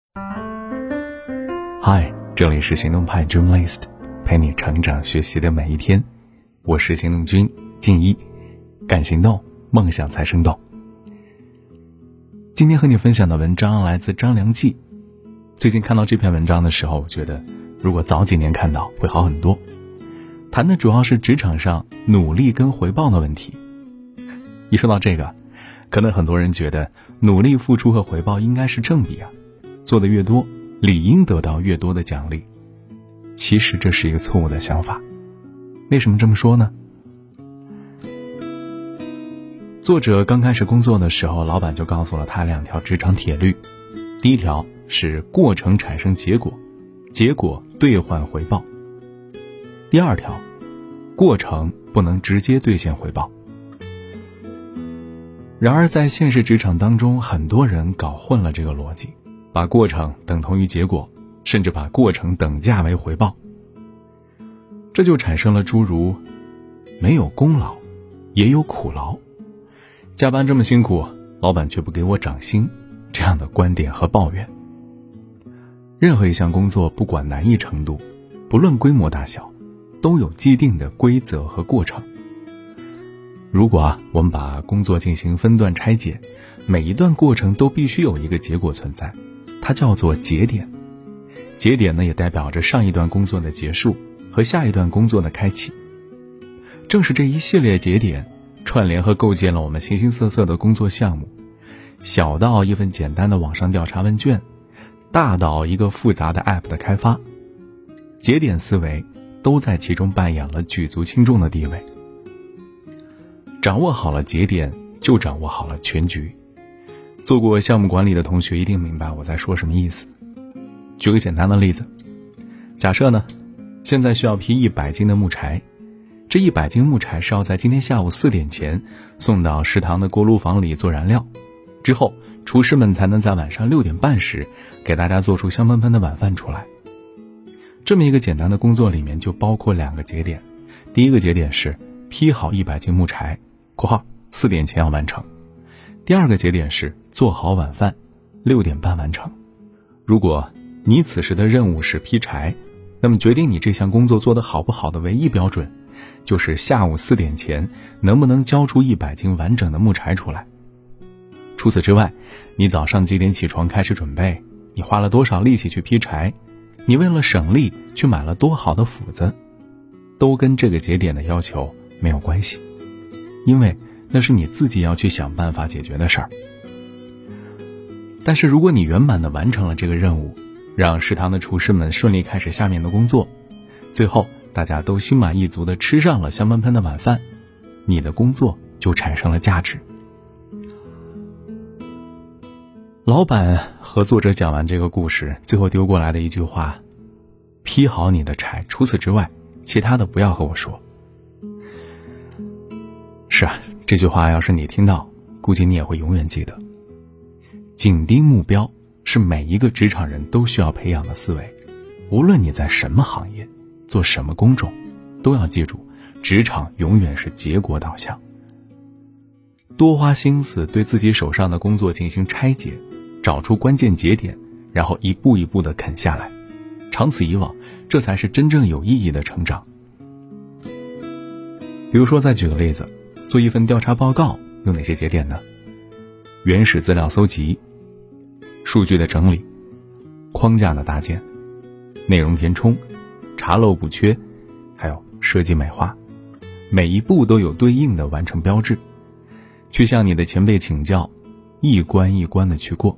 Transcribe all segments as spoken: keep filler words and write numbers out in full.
嗨，这里是行动派 Dreamlist， 陪你成长学习的每一天，我是行动君静一，敢行动，梦想才生动。今天和你分享的文章来自张良记。最近看到这篇文章的时候，我觉得如果早几年看到会好很多。谈的主要是职场上努力跟回报的问题。一说到这个，可能很多人觉得努力付出和回报应该是正比啊，做得越多理应得到越多的奖励。其实这是一个错误的想法。为什么这么说呢？作者刚开始工作的时候，老板就告诉了他两条职场铁律。第一条是过程产生结果，结果兑换回报。第二条，过程不能直接兑现回报。然而在现实职场当中，很多人搞混了这个逻辑，把过程等同于结果，甚至把过程等价为回报。这就产生了诸如没有功劳也有苦劳，加班这么辛苦，老板却不给我涨薪，这样的观点和抱怨。任何一项工作，不管难易程度，不论规模大小，都有既定的规则和过程。如果啊，我们把工作进行分段拆解，每一段过程都必须有一个结果存在，它叫做节点。节点呢，也代表着上一段工作的结束和下一段工作的开启。正是这一系列节点串联和构建了我们形形色色的工作项目，小到一份简单的网上调查问卷，大到一个复杂的 app 的开发，节点思维都在其中扮演了举足轻重的地位。掌握好了节点，就掌握好了全局。做过项目管理的同学一定明白我在说什么意思。举个简单的例子，假设呢，现在需要批一百斤的木柴，这一百斤木柴是要在今天下午四点前送到食堂的锅炉房里做燃料，之后厨师们才能在晚上六点半时给大家做出香喷喷的晚饭出来。这么一个简单的工作里面就包括两个节点，第一个节点是批好一百斤木柴（括号四点前要完成），第二个节点是做好晚饭，六点半完成。如果你此时的任务是劈柴，那么决定你这项工作做得好不好的唯一标准，就是下午四点前能不能交出一百斤完整的木柴出来。除此之外，你早上几点起床开始准备，你花了多少力气去劈柴，你为了省力去买了多好的斧子，都跟这个节点的要求没有关系，因为那是你自己要去想办法解决的事儿。但是如果你圆满地完成了这个任务，让食堂的厨师们顺利开始下面的工作，最后大家都心满意足地吃上了香喷喷的晚饭，你的工作就产生了价值。老板和作者讲完这个故事，最后丢过来的一句话：劈好你的柴，除此之外其他的不要和我说。是啊，这句话要是你听到，估计你也会永远记得。紧盯目标是每一个职场人都需要培养的思维，无论你在什么行业做什么工种，都要记住，职场永远是结果导向。多花心思对自己手上的工作进行拆解，找出关键节点，然后一步一步地啃下来，长此以往，这才是真正有意义的成长。比如说再举个例子，做一份调查报告有哪些节点呢？原始资料搜集，数据的整理，框架的搭建，内容填充，查漏补缺，还有设计美化，每一步都有对应的完成标志，去向你的前辈请教，一关一关的去过。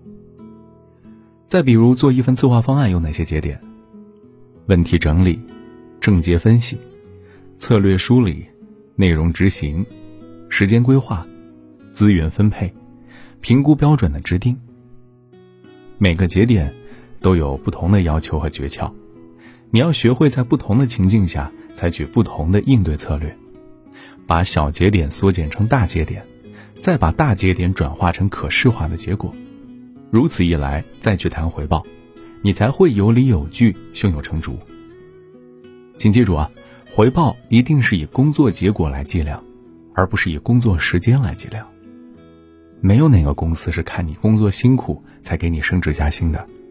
再比如做一份策划方案有哪些节点？问题整理，症结分析，策略梳理，内容执行，时间规划，资源分配，评估标准的制定。每个节点都有不同的要求和诀窍，你要学会在不同的情境下采取不同的应对策略，把小节点缩减成大节点，再把大节点转化成可视化的结果。如此一来，再去谈回报，你才会有理有据，胸有成竹。请记住啊，回报一定是以工作结果来计量，而不是以工作时间来计量。没有哪个公司是看你工作辛苦才给你升职加薪的，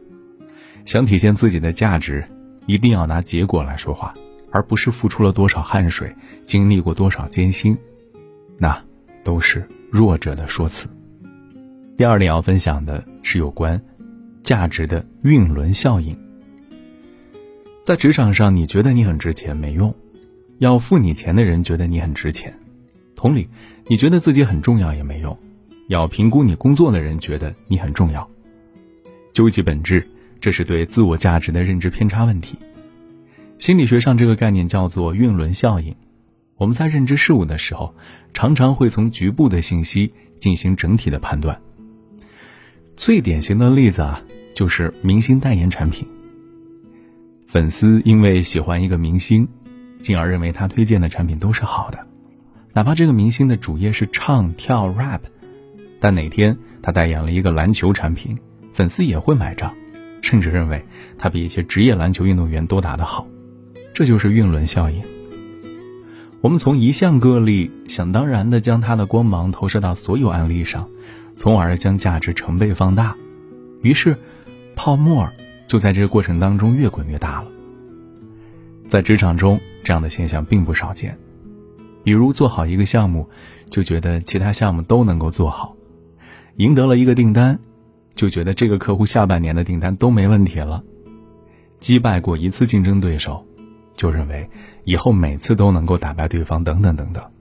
想体现自己的价值，一定要拿结果来说话，而不是付出了多少汗水，经历过多少艰辛，那都是弱者的说辞。第二点要分享的是有关价值的晕轮效应。在职场上，你觉得你很值钱没用，要付你钱的人觉得你很值钱。同理，你觉得自己很重要也没用，要评估你工作的人觉得你很重要。究其本质，这是对自我价值的认知偏差问题。心理学上这个概念叫做晕轮效应。我们在认知事物的时候，常常会从局部的信息进行整体的判断。最典型的例子啊，就是明星代言产品。粉丝因为喜欢一个明星，进而认为他推荐的产品都是好的，哪怕这个明星的主业是唱跳 rap， 但哪天他代言了一个篮球产品，粉丝也会买账，甚至认为他比一些职业篮球运动员都打得好。这就是晕轮效应。我们从一项个例想当然地将它的光芒投射到所有案例上，从而将价值成倍放大，于是泡沫就在这个过程当中越滚越大了。在职场中，这样的现象并不少见。比如做好一个项目，就觉得其他项目都能够做好，赢得了一个订单，就觉得这个客户下半年的订单都没问题了，击败过一次竞争对手，就认为以后每次都能够打败对方，等等等等。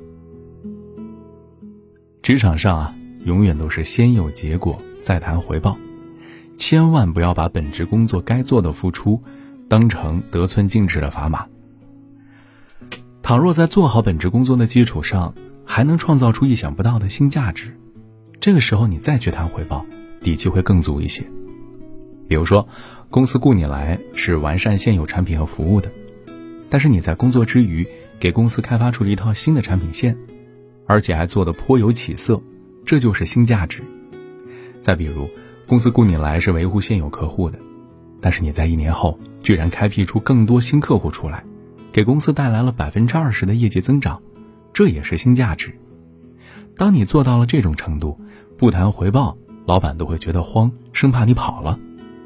职场上啊，永远都是先有结果再谈回报，千万不要把本职工作该做的付出当成得寸进尺的砝码。倘若在做好本职工作的基础上，还能创造出意想不到的新价值，这个时候你再去谈回报，底气会更足一些。比如说，公司雇你来是完善现有产品和服务的，但是你在工作之余给公司开发出了一套新的产品线，而且还做得颇有起色，这就是新价值。再比如，公司雇你来是维护现有客户的，但是你在一年后居然开辟出更多新客户出来，给公司带来了 百分之二十 的业绩增长，这也是新价值。当你做到了这种程度，不谈回报，老板都会觉得慌，生怕你跑了。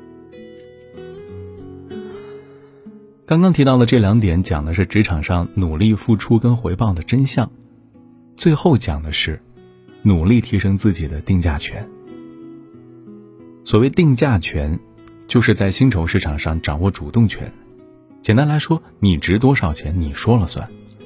刚刚提到的这两点讲的是职场上努力付出跟回报的真相，最后讲的是努力提升自己的定价权。所谓定价权，就是在薪酬市场上掌握主动权。简单来说，你值多少钱你说了算。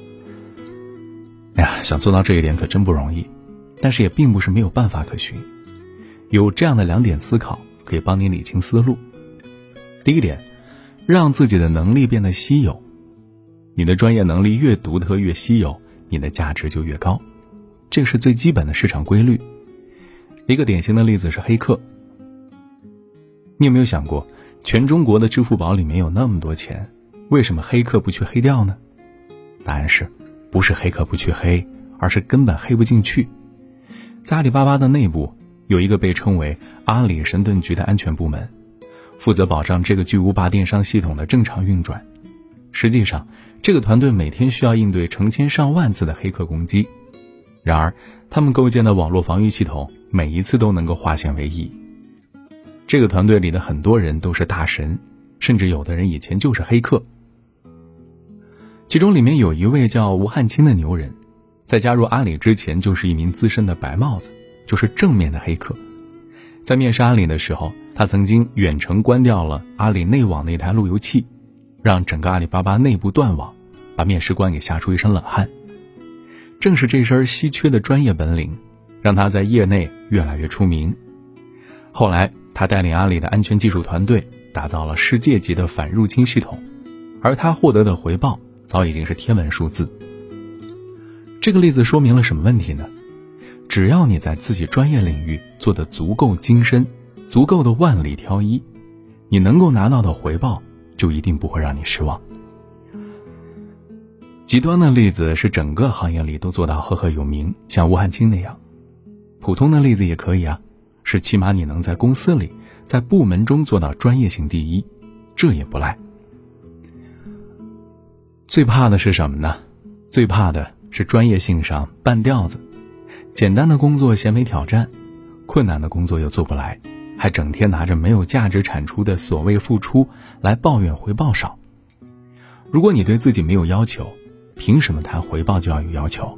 哎呀，想做到这一点可真不容易，但是也并不是没有办法可循。有这样的两点思考可以帮你理清思路。第一点，让自己的能力变得稀有。你的专业能力越独特越稀有，你的价值就越高，这是最基本的市场规律。一个典型的例子是黑客。你有没有想过，全中国的支付宝里面有那么多钱，为什么黑客不去黑掉呢？答案是，不是黑客不去黑，而是根本黑不进去。在阿里巴巴的内部，有一个被称为阿里神盾局的安全部门，负责保障这个巨无霸电商系统的正常运转。实际上，这个团队每天需要应对成千上万次的黑客攻击，然而他们构建的网络防御系统每一次都能够化险为夷。这个团队里的很多人都是大神，甚至有的人以前就是黑客。其中里面有一位叫吴汉卿的牛人，在加入阿里之前就是一名资深的白帽子，就是正面的黑客。在面试阿里的时候，他曾经远程关掉了阿里内网的一台路由器，让整个阿里巴巴内部断网，把面试官给吓出一身冷汗。正是这身稀缺的专业本领，让他在业内越来越出名。后来他带领阿里的安全技术团队打造了世界级的反入侵系统，而他获得的回报早已经是天文数字。这个例子说明了什么问题呢？只要你在自己专业领域做得足够精深，足够的万里挑一，你能够拿到的回报就一定不会让你失望。极端的例子是整个行业里都做到赫赫有名，像吴汉卿那样。普通的例子也可以啊，是起码你能在公司里，在部门中做到专业性第一，这也不赖。最怕的是什么呢？最怕的是专业性上半吊子，简单的工作嫌没挑战，困难的工作又做不来， 还整天拿着没有价值产出的所谓付出来抱怨回报少。如果你对自己没有要求，凭什么谈回报就要有要求？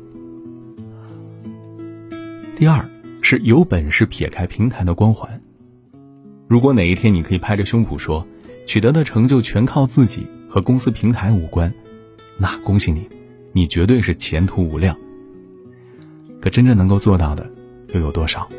第二是有本事撇开平台的光环。如果哪一天你可以拍着胸脯说，取得的成就全靠自己，和公司平台无关，那恭喜你，你绝对是前途无量。可真正能够做到的又有多少？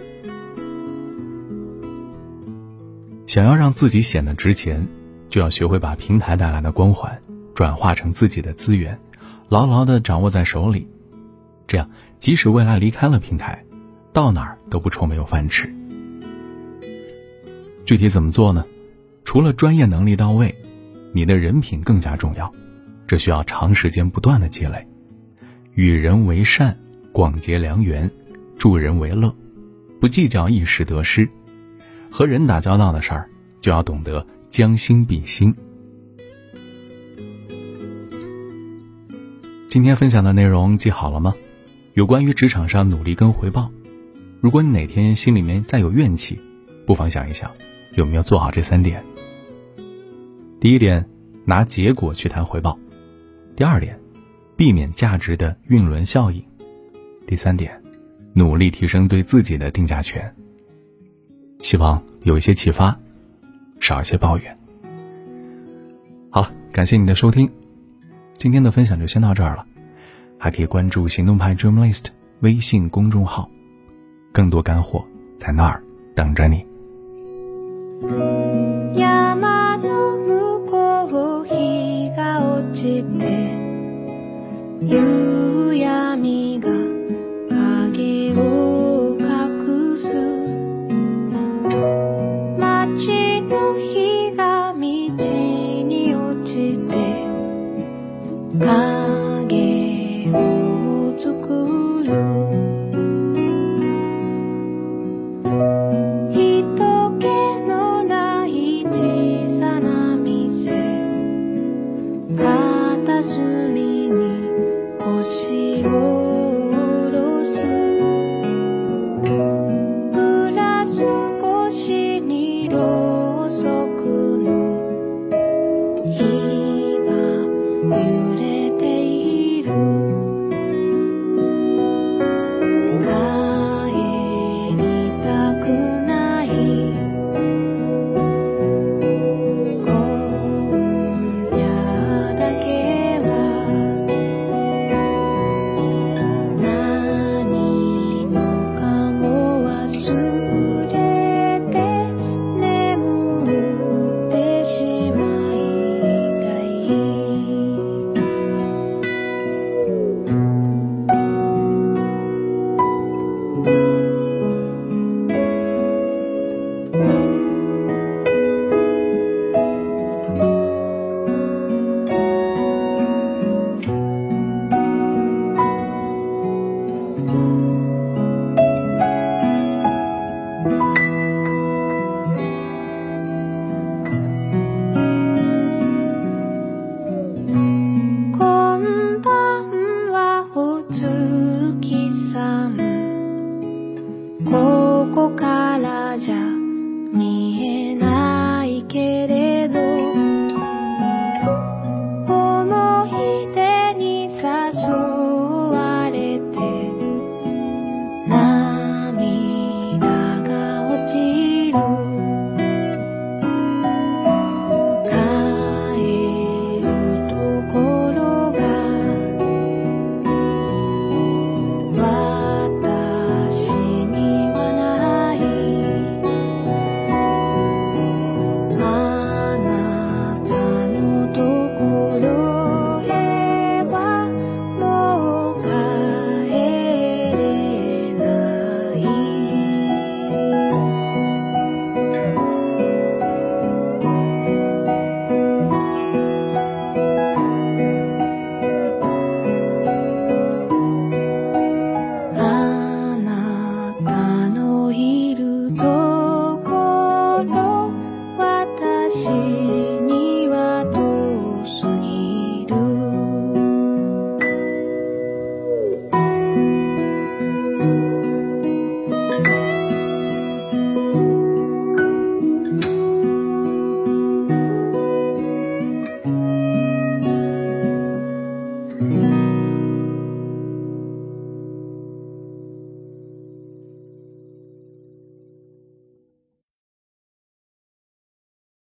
想要让自己显得值钱，就要学会把平台带来的光环转化成自己的资源，牢牢地掌握在手里。这样即使未来离开了平台，到哪儿都不愁没有饭吃。具体怎么做呢？除了专业能力到位，你的人品更加重要，这需要长时间不断的积累。与人为善，广结良缘，助人为乐，不计较一时得失。和人打交道的事儿，就要懂得将心比心。今天分享的内容记好了吗？有关于职场上努力跟回报，如果你哪天心里面再有怨气，不妨想一想，有没有做好这三点。第一点，拿结果去谈回报；第二点，避免价值的晕轮效应；第三点，努力提升对自己的定价权。希望有一些启发，少一些抱怨。好了，感谢你的收听，今天的分享就先到这儿了。还可以关注行动派 Dreamlist 微信公众号，更多干貨在那儿等着你。 山の向こう日が落ちて夕闇が影を隠す街の日が道に落ちて影を作る人気のない小さな店片隅に腰を下ろすグラス越しにろうそくの火が揺れている帰りたくない今夜だけは何もかも忘れて眠ってしまいたいこんばんはお月さんここからじゃ見えないけれ